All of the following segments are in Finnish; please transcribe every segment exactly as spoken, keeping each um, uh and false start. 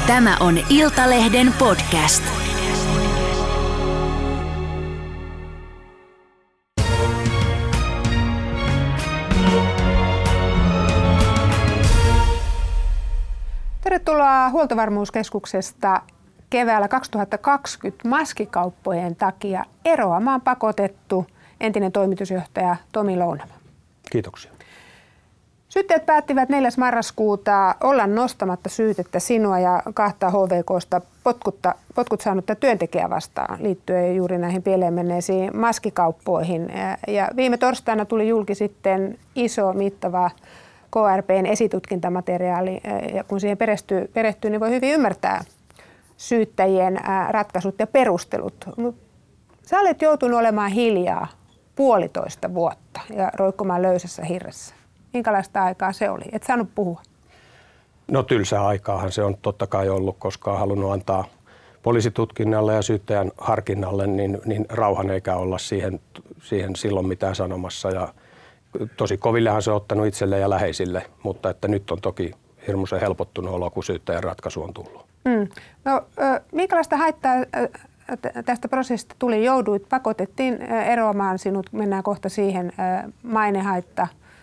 Tämä on Iltalehden podcast. Tervetuloa Huoltovarmuuskeskuksesta. Keväällä kaksituhattakaksikymmentä maskikauppojen takia eroamaan pakotettu entinen toimitusjohtaja Tomi Lounama. Kiitoksia. Syytteet päättivät neljäs marraskuuta olla nostamatta syytettä sinua ja kahta H V K:sta potkutta, potkut saanutta työntekijää vastaan liittyen juuri näihin pieleen menneisiin maskikauppoihin. Ja viime torstaina tuli julki sitten iso, mittava K R P:n esitutkintamateriaali, ja kun siihen perehtyy, perehtyy niin voi hyvin ymmärtää syyttäjien ratkaisut ja perustelut. Sä olet joutunut olemaan hiljaa puolitoista vuotta ja roikkumaan löysässä hirressä. Minkälaista aikaa se oli? Et saanut puhua? No tylsää aikaahan se on totta kai ollut, koska on halunnut antaa poliisitutkinnalle ja syyttäjän harkinnalle niin, niin rauhan eikä olla siihen, siihen silloin mitään sanomassa. Ja tosi kovillehan se on ottanut itselle ja läheisille, mutta että nyt on toki hirmuisen helpottunut olo, kun syyttäjän ratkaisu on tullut. Mm. No, minkälaista haittaa tästä prosessista tuli? Jouduit, pakotettiin eroamaan sinut, mennään kohta siihen, mainehaitta.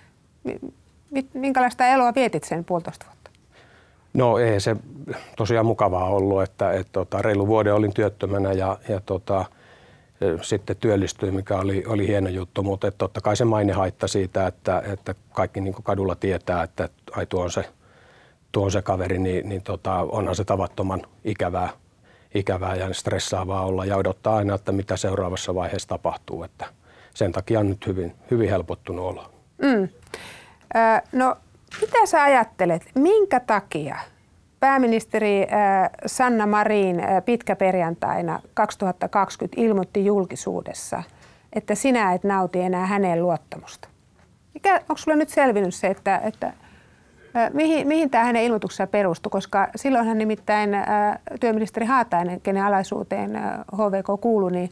Minkälaista eloa vietit sen puolitoista vuotta? No ei se tosiaan mukavaa ollut, että, että, että reilu vuoden olin työttömänä ja, ja tota, sitten työllistyin, mikä oli, oli hieno juttu, mutta että totta kai se mainehaitta siitä, että, että kaikki niin kuin kadulla tietää, että ai tuo on se, tuo on se kaveri, niin, niin tota, onhan se tavattoman ikävää, ikävää ja stressaavaa olla ja odottaa aina, että mitä seuraavassa vaiheessa tapahtuu, että sen takia on nyt hyvin, hyvin helpottunut olo. Mm. No, mitä sä ajattelet, minkä takia pääministeri Sanna Marin pitkäperjantaina kaksituhattakaksikymmentä ilmoitti julkisuudessa, että sinä et nauti enää hänen luottamusta? Mikä, onko sulle nyt selvinnyt se, että, että mihin, mihin tämä hänen ilmoituksensa perustui, koska silloinhan nimittäin työministeri Haatainen, kenen alaisuuteen H V K kuului, niin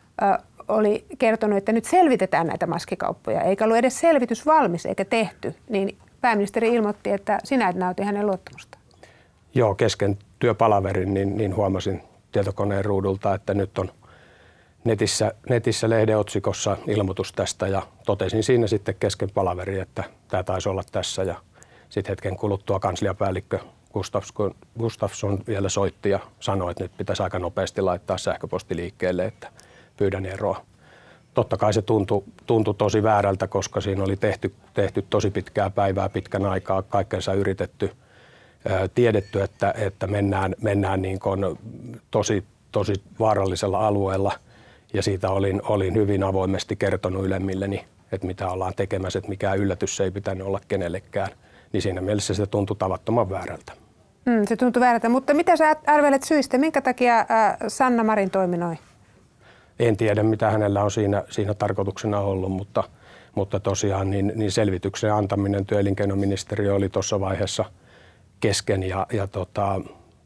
oli kertonut, että nyt selvitetään näitä maskikauppoja, eikä ollut edes selvitys valmis eikä tehty, niin pääministeri ilmoitti, että sinä et nauti hänen luottamusta. Joo, kesken työpalaverin niin, niin huomasin tietokoneen ruudulta, että nyt on netissä, netissä lehden otsikossa ilmoitus tästä ja totesin siinä sitten kesken palaverin, että tämä taisi olla tässä ja sitten hetken kuluttua kansliapäällikkö Gustafsson, Gustafsson vielä soitti ja sanoi, että nyt pitäisi aika nopeasti laittaa sähköposti liikkeelle, että pyydän eroa. Totta kai se tuntui, tuntui tosi väärältä, koska siinä oli tehty, tehty tosi pitkää päivää, pitkän aikaa, kaikkensa yritetty, ää, tiedetty, että, että mennään, mennään niin kuin tosi, tosi vaarallisella alueella ja siitä olin, olin hyvin avoimesti kertonut ylemmilleni, että mitä ollaan tekemässä, että mikään yllätys ei pitänyt olla kenellekään, niin siinä mielessä se tuntui tavattoman väärältä. Mm, se tuntui väärältä, mutta mitä sä arvelet syistä, minkä takia ää, Sanna Marin toimi noin? En tiedä, mitä hänellä on siinä, siinä tarkoituksena ollut, mutta, mutta tosiaan niin, niin selvityksen antaminen työ- ja elinkeinoministeriö oli tuossa vaiheessa kesken ja, ja tota,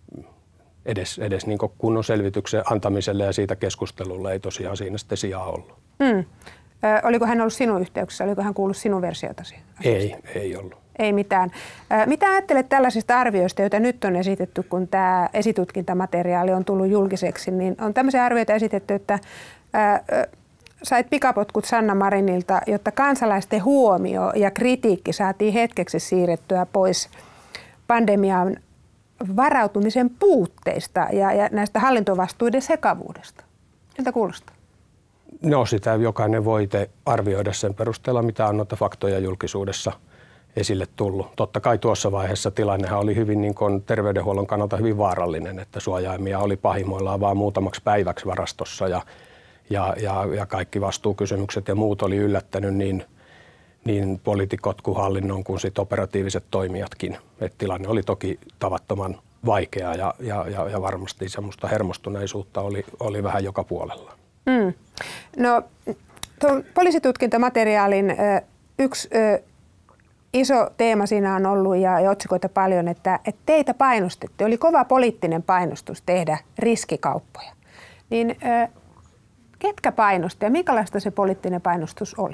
edes, edes niin kuin kunnon selvityksen antamiselle ja siitä keskustelulle ei tosiaan siinä sitten sijaa ollut. Mm. Ö, oliko hän ollut sinun yhteyksessä? Oliko hän kuullut sinun versiotasi? Ei, ei ollut. Ei mitään. Mitä ajattelet tällaisista arvioista, joita nyt on esitetty, kun tämä esitutkintamateriaali on tullut julkiseksi, niin on tämmöisiä arvioita esitetty, että ää, sait pikapotkut Sanna Marinilta, jotta kansalaisten huomio ja kritiikki saatiin hetkeksi siirrettyä pois pandemian varautumisen puutteista ja, ja näistä hallintovastuiden sekavuudesta. Miltä kuulostaa? No sitä jokainen voi itse arvioida sen perusteella, mitä on noita faktoja julkisuudessa esille tullut. Totta kai tuossa vaiheessa tilannehan oli hyvin niin kuin terveydenhuollon kannalta hyvin vaarallinen, että suojaimia oli pahimmoillaan vaan muutamaksi päiväksi varastossa ja, ja, ja, ja kaikki vastuukysymykset ja muut oli yllättänyt niin, niin poliitikot kuin hallinnon kuin sit operatiiviset toimijatkin. Et tilanne oli toki tavattoman vaikea ja, ja, ja, ja varmasti semmoista hermostuneisuutta oli, oli vähän joka puolella. Mm. No tuon poliisitutkintamateriaalin ö, yksi ö, iso teema siinä on ollut ja, ja otsikoita paljon, että, että teitä painostettiin. Oli kova poliittinen painostus tehdä riskikauppoja. Niin ö, ketkä painosti ja minkälaista se poliittinen painostus oli?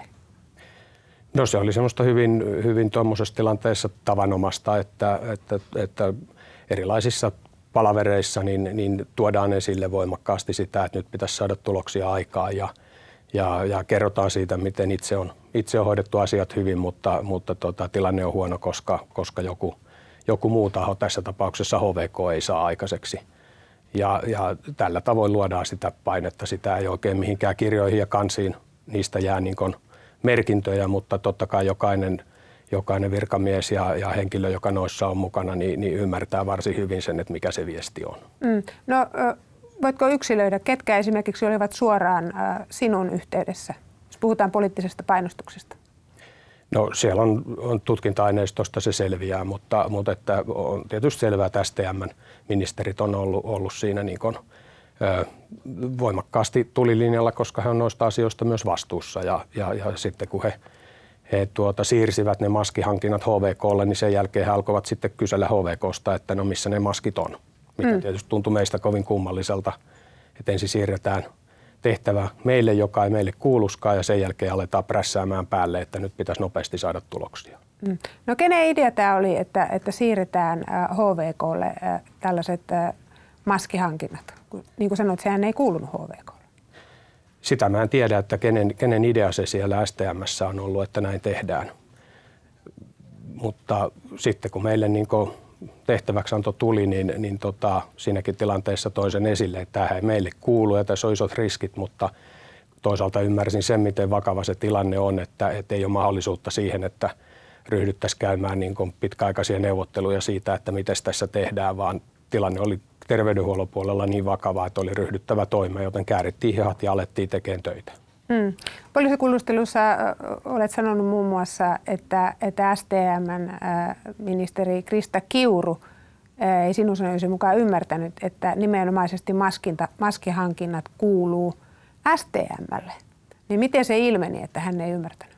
No se oli semmoista hyvin, hyvin tuommoisessa tilanteessa tavanomasta, että, että, että erilaisissa palavereissa niin, niin tuodaan esille voimakkaasti sitä, että nyt pitäisi saada tuloksia aikaan ja, ja, ja kerrotaan siitä, miten itse on, itse on hoidettu asiat hyvin, mutta, mutta tota, tilanne on huono, koska, koska joku, joku muu taho, tässä tapauksessa H V K, ei saa aikaiseksi. Ja, ja tällä tavoin luodaan sitä painetta. Sitä ei oikein mihinkään kirjoihin ja kansiin, niistä jää niin kuin merkintöjä, mutta totta kai jokainen, jokainen virkamies ja, ja henkilö, joka noissa on mukana, niin, niin ymmärtää varsin hyvin sen, että mikä se viesti on. Mm. No, voitko yksilöidä, ketkä esimerkiksi olivat suoraan sinun yhteydessä, jos puhutaan poliittisesta painostuksesta? No siellä on, on tutkinta-aineistosta se selviää, mutta, mutta että on tietysti selvää, että S T M:n ministerit on ollut, ollut siinä niin kuin, ö, voimakkaasti tulilinjalla, koska he on noista asioista myös vastuussa. Ja, ja, ja sitten kun he, he tuota, siirsivät ne maskihankinnat H V K:lle, niin sen jälkeen he alkoivat sitten kysellä H V K:sta, että no missä ne maskit on. Mikä mm. tietysti tuntui meistä kovin kummalliselta, että ensin siirretään tehtävä meille, joka ei meille kuuluskaan, ja sen jälkeen aletaan prässäämään päälle, että nyt pitäisi nopeasti saada tuloksia. Mm. No kenen idea tämä oli, että, että siirretään H V K:lle tällaiset maskihankinnat? Niin kuin sanoit, sehän ei kuulunut H V K:lle. Sitä mä en tiedä, että kenen, kenen idea se siellä S T M:ssä on ollut, että näin tehdään. Mutta sitten kun meille niin kuin tehtäväksianto tuli, niin, niin tota, siinäkin tilanteessa toisen esille, että tämähän ei meille kuulu ja tässä on isot riskit, mutta toisaalta ymmärsin sen, miten vakava se tilanne on, että, että ei ole mahdollisuutta siihen, että ryhdyttäisiin käymään niin kuin pitkäaikaisia neuvotteluja siitä, että miten tässä tehdään, vaan tilanne oli terveydenhuollon puolella niin vakava, että oli ryhdyttävä toimeen, joten käärittiin hihat ja alettiin tekemään töitä. Mm. Poliisikuulustelussa olet sanonut muun muassa, että, että S T M:n ministeri Krista Kiuru ei sinun sanoisi mukaan ymmärtänyt, että nimenomaisesti maskinta, maskihankinnat kuuluu S T M:lle. Niin miten se ilmeni, että hän ei ymmärtänyt?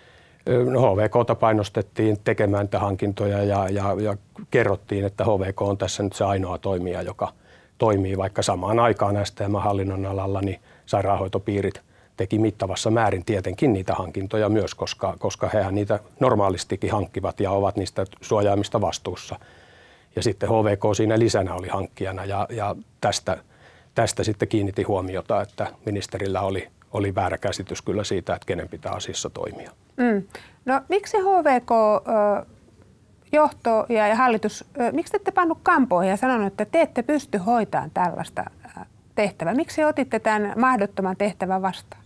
No, H V K:ta painostettiin tekemään niitä hankintoja ja, ja, ja kerrottiin, että H V K on tässä nyt se ainoa toimija, joka toimii, vaikka samaan aikaan S T M-hallinnon alalla niin sairaanhoitopiirit teki mittavassa määrin tietenkin niitä hankintoja myös, koska, koska hehän niitä normaalistikin hankkivat ja ovat niistä suojaamista vastuussa. Ja sitten H V K siinä lisänä oli hankkijana ja, ja tästä, tästä sitten kiinnitti huomiota, että ministerillä oli, oli väärä käsitys kyllä siitä, että kenen pitää asiassa toimia. Mm. No miksi H V K ö, johto ja, ja hallitus, ö, miksi te ette pannut kampoihin ja sanonut, että te ette pysty hoitamaan tällaista tehtävää? Miksi otitte tämän mahdottoman tehtävän vastaan?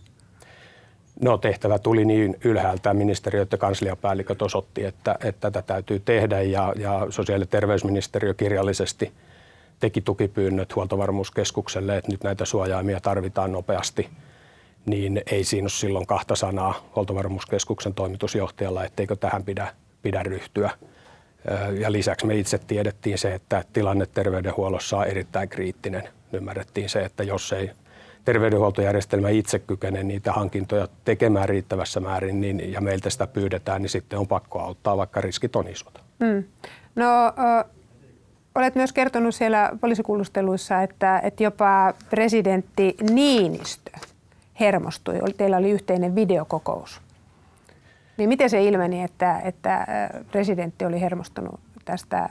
No tehtävä tuli niin ylhäältä, ministeriöt ja kansliapäälliköt osoitti, että, että tätä täytyy tehdä ja, ja sosiaali- ja terveysministeriö kirjallisesti teki tukipyynnöt Huoltovarmuuskeskukselle, että nyt näitä suojaimia tarvitaan nopeasti, niin ei siinä ole silloin kahta sanaa Huoltovarmuuskeskuksen toimitusjohtajalla, etteikö tähän pidä, pidä ryhtyä. Ja lisäksi me itse tiedettiin se, että tilanne terveydenhuollossa on erittäin kriittinen. Ymmärrettiin se, että jos ei terveydenhuoltojärjestelmä itse kykene niitä hankintoja tekemään riittävässä määrin niin, ja meiltä sitä pyydetään, niin sitten on pakko auttaa, vaikka riskit on isot. Mm. No, ö, olet myös kertonut siellä poliisikuulusteluissa, että, että jopa presidentti Niinistö hermostui. Teillä oli yhteinen videokokous. Niin miten se ilmeni, että, että presidentti oli hermostunut tästä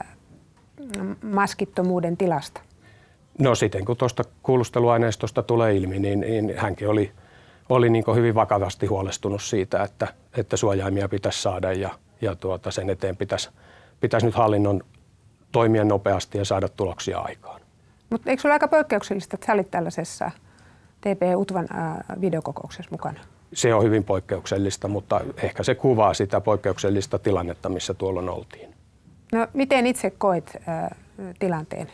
maskittomuuden tilasta? No siten, kun tuosta kuulusteluaineistosta tulee ilmi, niin, niin hänkin oli, oli niin kuin hyvin vakavasti huolestunut siitä, että, että suojaimia pitäisi saada ja, ja tuota, sen eteen pitäisi, pitäisi nyt hallinnon toimia nopeasti ja saada tuloksia aikaan. Mutta eikö se ole aika poikkeuksellista, että sä olit tällaisessa T P-UTVAn videokokouksessa mukana? Se on hyvin poikkeuksellista, mutta ehkä se kuvaa sitä poikkeuksellista tilannetta, missä tuolloin oltiin. No miten itse koit äh, tilanteen?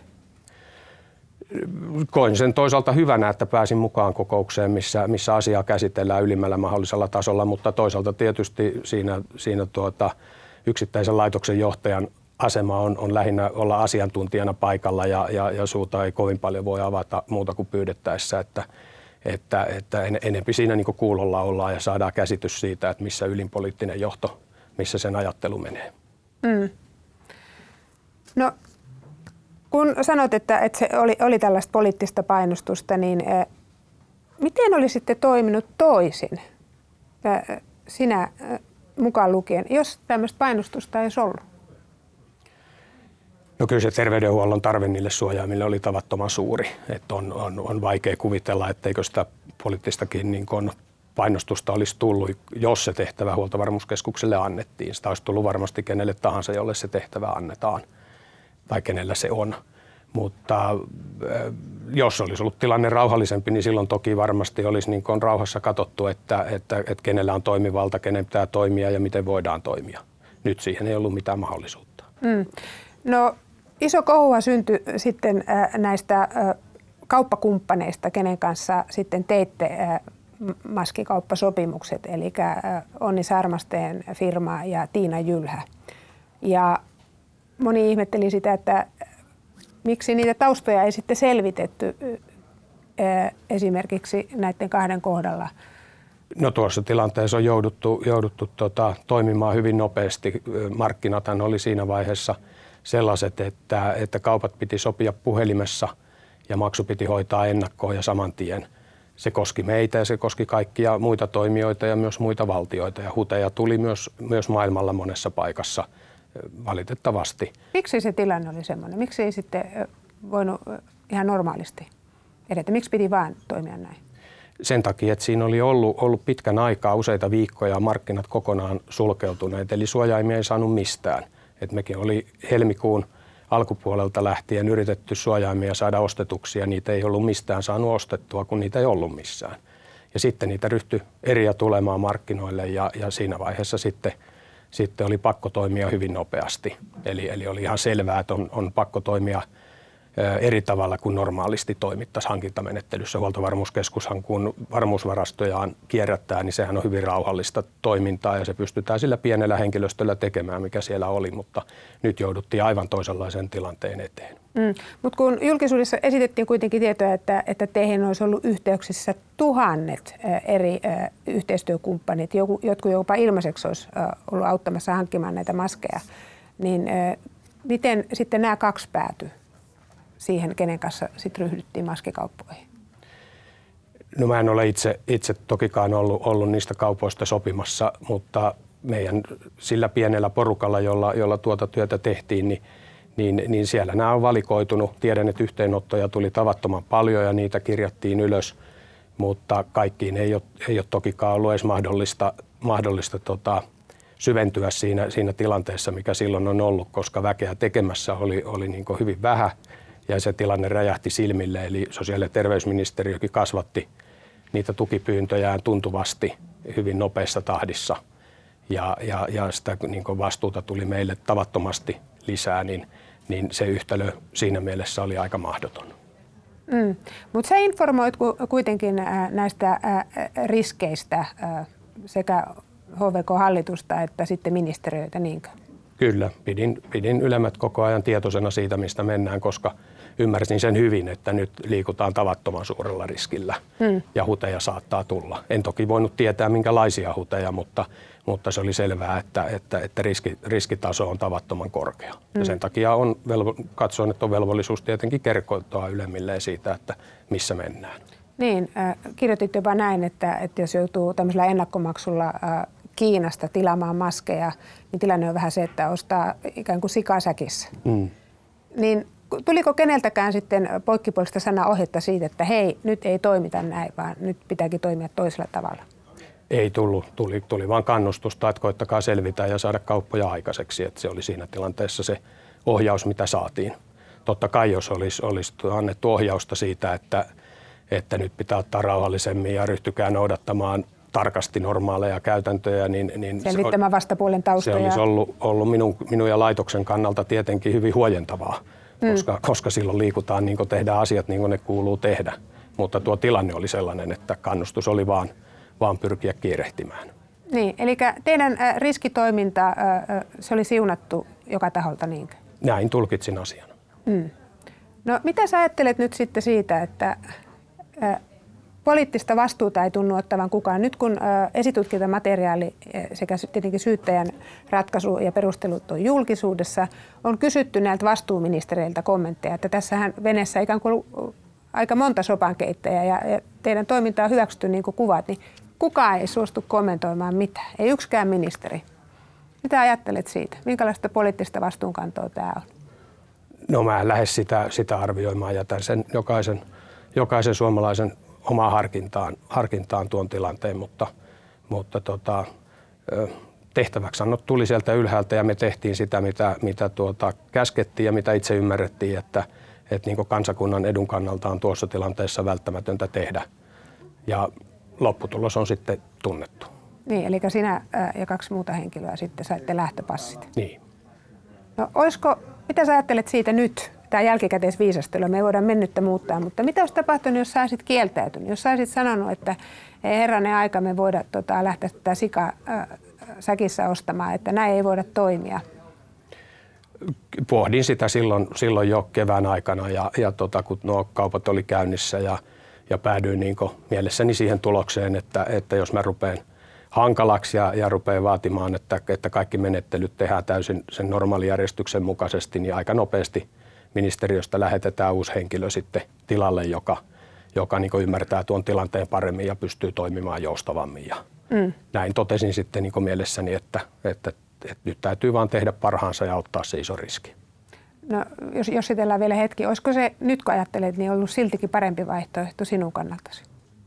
Koin sen toisaalta hyvänä, että pääsin mukaan kokoukseen, missä, missä asiaa käsitellään ylimmällä mahdollisella tasolla, mutta toisaalta tietysti siinä, siinä tuota, yksittäisen laitoksen johtajan asema on, on lähinnä olla asiantuntijana paikalla ja, ja, ja suuta ei kovin paljon voi avata muuta kuin pyydettäessä, että, että, että en, enempi siinä niin kuin kuulolla ollaan ja saadaan käsitys siitä, että missä ylinpoliittinen johto, missä sen ajattelu menee. Mm. No. Kun sanoit, että, että se oli, oli tällaista poliittista painostusta, niin ä, miten olisitte toiminut toisin, ä, sinä ä, mukaan lukien, jos tämmöistä painostusta ei olisi ollut? No kyllä se terveydenhuollon tarve niille suojaimille oli tavattoman suuri. Että on, on, on vaikea kuvitella, etteikö sitä poliittistakin niin kuin painostusta olisi tullut, jos se tehtävä Huoltovarmuuskeskukselle annettiin. Sitä olisi tullut varmasti kenelle tahansa, jolle se tehtävä annetaan tai kenellä se on. Mutta jos olisi ollut tilanne rauhallisempi, niin silloin toki varmasti olisi niin kuin rauhassa katsottu, että, että, että kenellä on toimivalta, kenen pitää toimia ja miten voidaan toimia. Nyt siihen ei ollut mitään mahdollisuutta. Mm. No iso kohua syntyi sitten näistä kauppakumppaneista, kenen kanssa sitten teitte maskikauppasopimukset, eli Onni Sarmasteen firma ja Tiina Jylhä. Ja moni ihmetteli sitä, että miksi niitä taustoja ei sitten selvitetty esimerkiksi näiden kahden kohdalla? No tuossa tilanteessa on jouduttu, jouduttu tota, toimimaan hyvin nopeasti. Markkinathan oli siinä vaiheessa sellaiset, että, että kaupat piti sopia puhelimessa ja maksu piti hoitaa ennakkoon ja saman tien. Se koski meitä ja se koski kaikkia muita toimijoita ja myös muita valtioita. Ja huteja tuli myös, myös maailmalla monessa paikassa valitettavasti. Miksi se tilanne oli semmoinen? Miksi ei sitten voinut ihan normaalisti edetä? Miksi piti vaan toimia näin? Sen takia, että siinä oli ollut, ollut pitkän aikaa, useita viikkoja, markkinat kokonaan sulkeutuneet, eli suojaimia ei saanut mistään. Et mekin oli helmikuun alkupuolelta lähtien yritetty suojaimia saada ostetuksi, ja niitä ei ollut mistään saanut ostettua, kun niitä ei ollut missään. Ja sitten niitä ryhtyi eriä tulemaan markkinoille, ja, ja siinä vaiheessa sitten, sitten oli pakko toimia hyvin nopeasti. Eli, eli oli ihan selvää, että on, on pakko toimia eri tavalla kuin normaalisti toimittaisiin hankintamenettelyssä. Huoltovarmuuskeskushan, kun varmuusvarastojaan kierrättää, niin sehän on hyvin rauhallista toimintaa ja se pystytään sillä pienellä henkilöstöllä tekemään, mikä siellä oli, mutta nyt jouduttiin aivan toisenlaisen tilanteen eteen. Mm. Mutta kun julkisuudessa esitettiin kuitenkin tietoja, että, että teihin olisi ollut yhteyksissä tuhannet eri yhteistyökumppanit, jotkut jopa ilmaiseksi olisi ollut auttamassa hankkimaan näitä maskeja, niin miten sitten nämä kaksi päätyi siihen, kenen kanssa sitten ryhdyttiin maskikauppoihin? No mä en ole itse, itse tokikaan ollut, ollut niistä kaupoista sopimassa, mutta meidän sillä pienellä porukalla, jolla, jolla tuota työtä tehtiin, niin, niin, niin siellä nämä on valikoitunut. Tiedän, että yhteenottoja tuli tavattoman paljon ja niitä kirjattiin ylös, mutta kaikkiin ei ole, ei ole tokikaan ollut edes mahdollista, mahdollista tota, syventyä siinä, siinä tilanteessa, mikä silloin on ollut, koska väkeä tekemässä oli, oli niin kuin hyvin vähän. Ja se tilanne räjähti silmille, eli sosiaali- ja terveysministeriökin kasvatti niitä tukipyyntöjään tuntuvasti hyvin nopeassa tahdissa. Ja, ja, ja sitä niin kuin vastuuta tuli meille tavattomasti lisää, niin, niin se yhtälö siinä mielessä oli aika mahdoton. Mm. Mutta sä informoit kuitenkin näistä riskeistä sekä H V K-hallitusta että sitten ministeriöitä, niinkö? Kyllä, pidin, pidin ylemmät koko ajan tietoisena siitä, mistä mennään, koska ymmärsin sen hyvin, että nyt liikutaan tavattoman suurella riskillä hmm. ja huteja saattaa tulla. En toki voinut tietää, minkälaisia huteja, mutta, mutta se oli selvää, että, että, että riski, riskitaso on tavattoman korkea. Hmm. Ja sen takia on velvo, katsoin, että on velvollisuus tietenkin kertoa ylemmilleen siitä, että missä mennään. Niin, äh, kirjoitit jopa näin, että, että jos joutuu tämmöisellä ennakkomaksulla äh, Kiinasta tilaamaan maskeja, niin tilanne on vähän se, että ostaa ikään kuin sikasäkissä. Mm. Niin tuliko keneltäkään sitten poikkipuolista sanaa ohjetta siitä, että hei, nyt ei toimita näin, vaan nyt pitääkin toimia toisella tavalla? Ei tullut. Tuli, tuli vaan kannustusta, että koittakaa selvitä ja saada kauppoja aikaiseksi. Että se oli siinä tilanteessa se ohjaus, mitä saatiin. Totta kai, jos olisi, olisi annettu ohjausta siitä, että, että nyt pitää ottaa rauhallisemmin ja ryhtykää noudattamaan tarkasti normaaleja käytäntöjä, niin, niin selvittämään vastapuolen taustoja. Se olisi ollut, ollut minun, minun ja laitoksen kannalta tietenkin hyvin huojentavaa, mm. koska, koska silloin liikutaan niin kuin tehdään asiat niin kuin ne kuuluu tehdä. Mutta tuo tilanne oli sellainen, että kannustus oli vaan, vaan pyrkiä kiirehtimään. Niin, eli teidän äh, riskitoiminta, äh, se oli siunattu joka taholta, niinkö? Näin tulkitsin asian. Mm. No mitä sä ajattelet nyt sitten siitä, että äh, poliittista vastuuta ei tunnu ottavan kukaan. Nyt kun esitutkintamateriaali sekä tietenkin syyttäjän ratkaisu ja perustelut on julkisuudessa, on kysytty näiltä vastuuministereiltä kommentteja, että tässähän veneessä ikään kuin aika monta sopankeittäjää ja teidän toimintaa on hyväksytty niin kuin kuvat, niin kukaan ei suostu kommentoimaan mitään, ei yksikään ministeri. Mitä ajattelet siitä? Minkälaista poliittista vastuunkantoa tämä on? No mä en lähde sitä, sitä arvioimaan, jätän sen jokaisen, jokaisen suomalaisen omaan harkintaan, harkintaan tuon tilanteen, mutta, mutta tota, tehtäväksannot tuli sieltä ylhäältä ja me tehtiin sitä, mitä, mitä tuota käskettiin ja mitä itse ymmärrettiin, että, että niin kuin kansakunnan edun kannalta on tuossa tilanteessa välttämätöntä tehdä. Ja lopputulos on sitten tunnettu. Niin, eli sinä ja kaksi muuta henkilöä sitten saitte lähtöpassit. Niin. No olisiko, mitä sä ajattelet siitä nyt, tämä jälkikäteisviisastelu, me ei voida mennyttä muuttaa, mutta mitä olisi tapahtunut, jos sä olisit kieltäytynyt, jos sä olisit sanonut, että ei herranen aika me voida tota, lähteä tätä sikaa äh, säkissä ostamaan, että näin ei voida toimia? Pohdin sitä silloin, silloin jo kevään aikana ja, ja tota, kun nuo kaupat oli käynnissä ja, ja päädyin niin kuin mielessäni siihen tulokseen, että, että jos mä rupean hankalaksi ja, ja rupeaa vaatimaan, että, että kaikki menettelyt tehdään täysin sen normaalijärjestyksen mukaisesti, niin aika nopeasti ministeriöstä lähetetään uusi henkilö sitten tilalle, joka, joka niin kuin ymmärtää tuon tilanteen paremmin ja pystyy toimimaan joustavammin. Ja mm. näin totesin sitten niin kuin mielessäni, että, että, että nyt täytyy vaan tehdä parhaansa ja ottaa se iso riski. No, jos jossitellaan vielä hetki, olisiko se, nyt kun ajattelet, niin ollut siltikin parempi vaihtoehto sinun kannaltasi?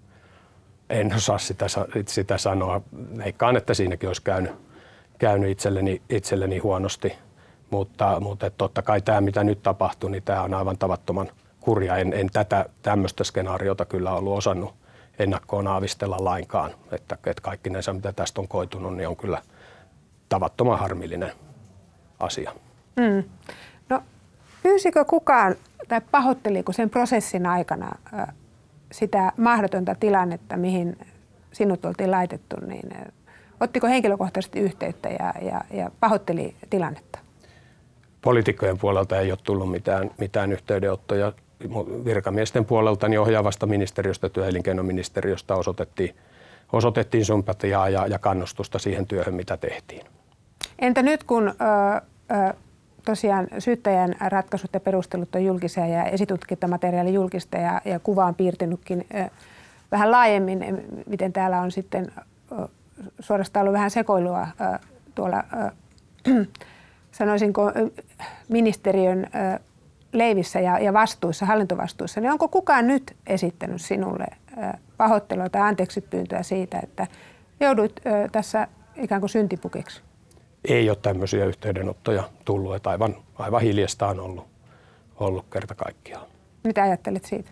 En osaa sitä, sitä sanoa. Veikkaan, että siinäkin olisi käynyt, käynyt itselleni, itselleni huonosti, mutta, mutta totta kai tämä, mitä nyt tapahtui, niin tämä on aivan tavattoman kurja. En, en tätä tämmöistä skenaariota kyllä ollut osannut ennakkoon aavistella lainkaan, että, että kaikki näissä, mitä tästä on koitunut, niin on kyllä tavattoman harmillinen asia. Mm. No, pyysikö kukaan tai pahoitteliko sen prosessin aikana äh, sitä mahdotonta tilannetta, mihin sinut oltiin laitettu, niin ottiko henkilökohtaisesti yhteyttä ja, ja, ja pahoitteli tilannetta? Poliitikkojen puolelta ei ole tullut mitään, mitään yhteydenottoja. Virkamiesten puolelta niin ohjaavasta ministeriöstä, työ- ja elinkeinoministeriöstä osoitettiin, osoitettiin sympatiaa ja, ja kannustusta siihen työhön, mitä tehtiin. Entä nyt kun ö, ö, tosiaan syyttäjän ratkaisut ja perustelut on julkisia ja esitutkintamateriaali julkista ja, ja kuva on piirtynytkin ö, vähän laajemmin, miten täällä on sitten ö, suorastaan ollut vähän sekoilua ö, tuolla, ö, sanoisinko, ministeriön ö, leivissä ja, ja vastuissa, hallintovastuissa, niin onko kukaan nyt esittänyt sinulle ö, pahoittelua tai anteeksipyyntöä siitä, että joudut ö, tässä ikään kuin syntipukiksi? Ei ole tämmöisiä yhteydenottoja tullut, että aivan, aivan hiljasta on ollut, ollut kerta kaikkiaan. Mitä ajattelet siitä?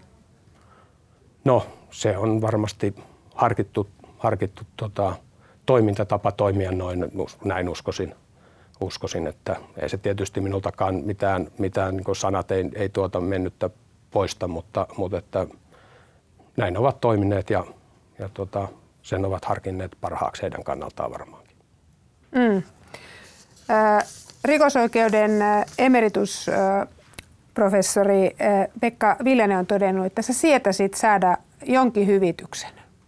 No, se on varmasti harkittu, harkittu tota, toimintatapa toimia noin, näin uskoisin, uskoisin, että ei se tietysti minultakaan mitään, mitään niin kuin sanat ei, ei tuota mennyttä poista, mutta, mutta että näin ovat toimineet ja, ja tota, sen ovat harkinneet parhaaksi heidän kannaltaan varmaankin. Mm. Rikosoikeuden emeritusprofessori Pekka Viljanen on todennut, että sä sietäsit saada jonkin hyvityksen.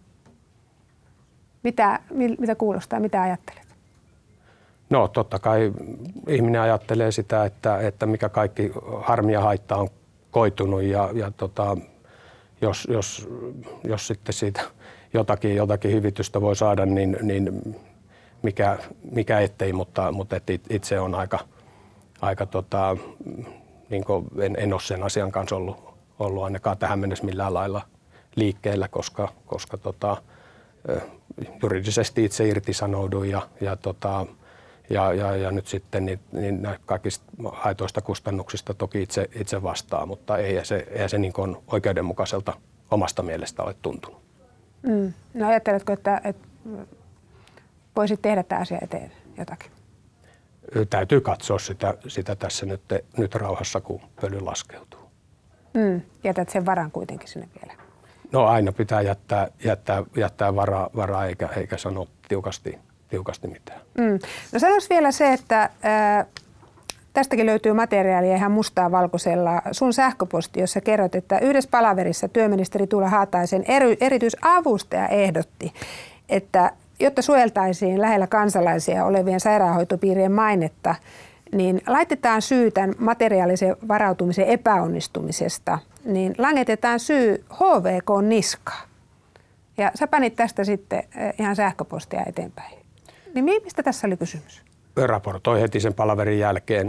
Mitä, mitä kuulostaa, mitä ajattelet? No totta kai ihminen ajattelee sitä, että, että mikä kaikki harmi ja haitta on koitunut ja, ja tota, jos, jos, jos sitten siitä jotakin, jotakin hyvitystä voi saada, niin, niin Mikä, mikä ettei, mutta, mutta et itse on aika, aika tota, niin en, en ole sen asian kanssa ollut, ollut ainakaan tähän mennessä millään lailla liikkeellä, koska, koska tota, juridisesti itse irtisanouduin ja, ja, tota, ja, ja, ja nyt sitten niin, niin kaikista haitoista kustannuksista toki itse, itse vastaa, mutta ei se, ei se niin kuin oikeudenmukaiselta omasta mielestä ole tuntunut. Mm. No ajatteletko, että, että voisit tehdä tämä asia eteen jotakin? Täytyy katsoa sitä, sitä tässä nyt, nyt rauhassa, kun pöly laskeutuu. Mm, jätät sen varan kuitenkin sinne vielä. No aina pitää jättää, jättää, jättää varaa, varaa eikä, eikä sanoa tiukasti, tiukasti mitään. Mm. No sanois vielä se, että ää, tästäkin löytyy materiaalia ihan mustaa valkoisella. Sun sähköposti, jossa kerrot, että yhdessä palaverissa työministeri Tuula Haataisen eri, erityisavustaja ehdotti, että jotta suojeltaisiin lähellä kansalaisia olevien sairaanhoitopiirien mainetta, niin laitetaan syy tämän materiaalisen varautumisen epäonnistumisesta, niin langetetaan syy H V K:n niskaan. Ja sä panit tästä sitten ihan sähköpostia eteenpäin. Niin mistä tässä oli kysymys? Raportoi heti sen palaverin jälkeen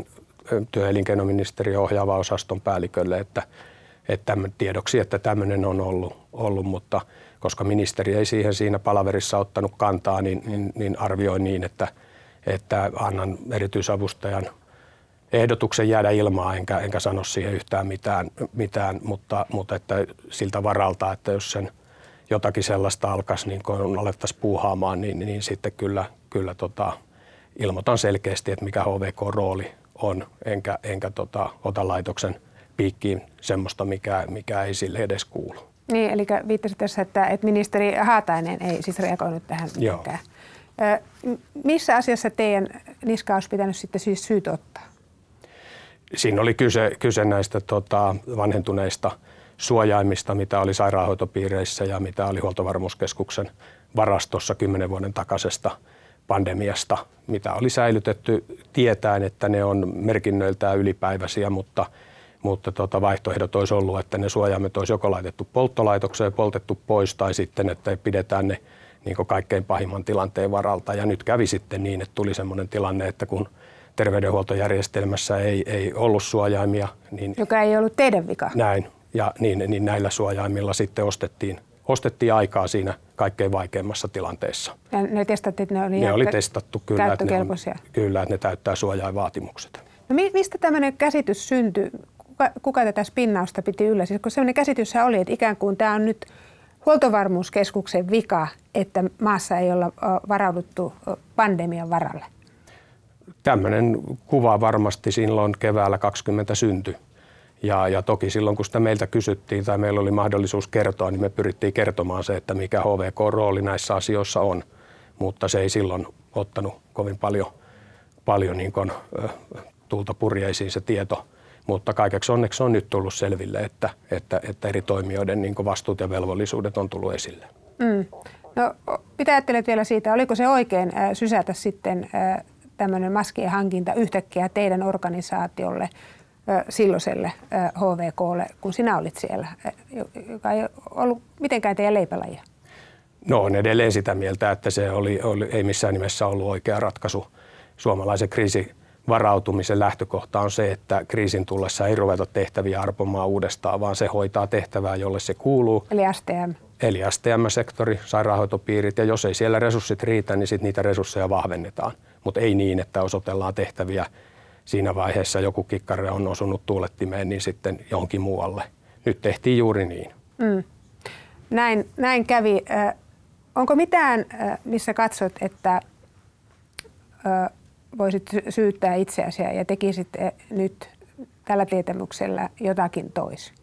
työ- ja elinkeinoministeriön ohjaava osaston päällikölle, että, että tämän, tiedoksi, että tämmöinen on ollut, ollut, mutta koska ministeri ei siihen siinä palaverissa ottanut kantaa, niin, niin, niin arvioin niin, että, että annan erityisavustajan ehdotuksen jäädä ilmaan, enkä, enkä sano siihen yhtään mitään, mitään mutta, mutta että siltä varalta, että jos sen jotakin sellaista alkaisi, niin kun alettaisiin puuhaamaan, niin, niin sitten kyllä, kyllä tota, ilmoitan selkeästi, että mikä H V K-rooli on, enkä, enkä tota, ota laitoksen piikkiin semmoista, mikä, mikä ei sille edes kuulu. Niin, eli viittasit tässä, että, että ministeri Haatainen ei siis reagoinut tähän mitenkään. Missä asiassa teidän niskaan olisi pitänyt sitten siis syyt ottaa? Siinä oli kyse, kyse näistä tota, vanhentuneista suojaimista, mitä oli sairaanhoitopiireissä ja mitä oli Huoltovarmuuskeskuksen varastossa kymmenen vuoden takaisesta pandemiasta, mitä oli säilytetty tietäen, että ne on merkinnöiltään ylipäiväisiä, mutta, mutta tota, vaihtoehdot olisi ollut, että ne suojaimet olisi joko laitettu polttolaitokseen, poltettu pois tai sitten, että pidetään ne niin kuin kaikkein pahimman tilanteen varalta. Ja nyt kävi sitten niin, että tuli semmoinen tilanne, että kun terveydenhuoltojärjestelmässä ei, ei ollut suojaimia. Niin joka ei ollut teidän vika. Näin. Ja niin, niin näillä suojaimilla sitten ostettiin, ostettiin aikaa siinä kaikkein vaikeimmassa tilanteessa. Ja ne testattiin, että ne oli, ne oli testattu kyllä, että ne, on, kyllä, että ne täyttää suojainvaatimukset. No mistä tämmöinen käsitys syntyi? Kuka, kuka tätä spinnausta piti yllä? Siis kun sellainen käsitys oli, että ikään kuin tämä on nyt Huoltovarmuuskeskuksen vika, että maassa ei olla varauduttu pandemian varalle. Tämmöinen kuva varmasti silloin keväällä kaksikymmentä syntyi. Ja, ja toki silloin, kun sitä meiltä kysyttiin tai meillä oli mahdollisuus kertoa, niin me pyrittiin kertomaan se, että mikä H V K-rooli näissä asioissa on. Mutta se ei silloin ottanut kovin paljon, paljon niin kuin, äh, tulta purjeisiin se tieto. Mutta kaikeksi onneksi on nyt tullut selville, että, että, että eri toimijoiden niin kuin vastuut ja velvollisuudet on tullut esille. Mm. No, mitä ajattelet vielä siitä, oliko se oikein äh, sysätä sitten äh, tämmöinen maskien hankinta yhtäkkiä teidän organisaatiolle, silloiselle H V K:lle, kun sinä olit siellä, joka ei ollut mitenkään teidän leipälajia? No on edelleen sitä mieltä, että se oli, oli, ei missään nimessä ollut oikea ratkaisu. Suomalaisen kriisivarautumisen lähtökohta on se, että kriisin tullessa ei ruveta tehtäviä arpomaan uudestaan, vaan se hoitaa tehtävää, jolle se kuuluu. Eli S T M. Eli S T M-sektori, sairaanhoitopiirit, ja jos ei siellä resurssit riitä, niin sitten niitä resursseja vahvennetaan. Mutta ei niin, että osoitellaan tehtäviä siinä vaiheessa joku kikkare on osunut tuulettimeen, niin sitten johonkin muualle. Nyt tehtiin juuri niin. Mm. Näin, näin kävi. Äh, onko mitään, äh, missä katsot, että äh, voisit syyttää itseäsi ja tekisit äh, nyt tällä tietämyksellä jotakin toisin?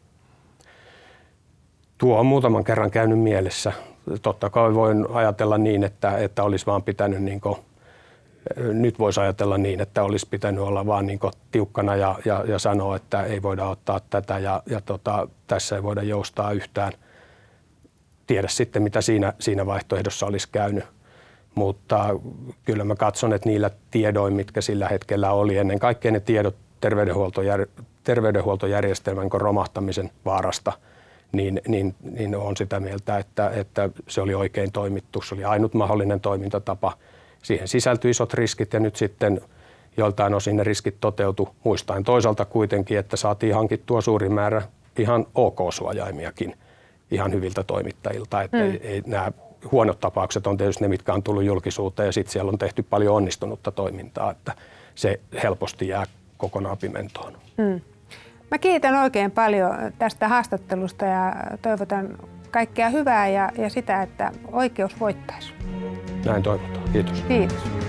Tuo on muutaman kerran käynyt mielessä. Totta kai voin ajatella niin, että, että olisi vaan pitänyt niin kuin nyt voisi ajatella niin, että olisi pitänyt olla vaan niin kuin tiukkana ja, ja, ja sanoa, että ei voida ottaa tätä ja, ja tota, tässä ei voida joustaa yhtään. Tiedä sitten, mitä siinä, siinä vaihtoehdossa olisi käynyt. Mutta kyllä mä katson, että niillä tiedoin, mitkä sillä hetkellä oli, ennen kaikkea ne tiedot terveydenhuoltojär, terveydenhuoltojärjestelmän romahtamisen vaarasta, niin, niin, niin on sitä mieltä, että, että se oli oikein toimittu. Se oli ainut mahdollinen toimintatapa. Siihen sisältyi isot riskit ja nyt sitten joiltain osin ne riskit toteutui. Muistaen toisaalta kuitenkin, että saatiin hankittua suuri määrä ihan OK-suojaimiakin ihan hyviltä toimittajilta. Että mm. ei, ei, nämä huonot tapaukset on tietysti ne, mitkä on tullut julkisuuteen ja sitten siellä on tehty paljon onnistunutta toimintaa, että se helposti jää kokonaan pimentoon. Mm. Mä kiitän oikein paljon tästä haastattelusta ja toivotan kaikkea hyvää ja, ja sitä, että oikeus voittaisi. Näin toivotaan. Kiitos. Kiitos.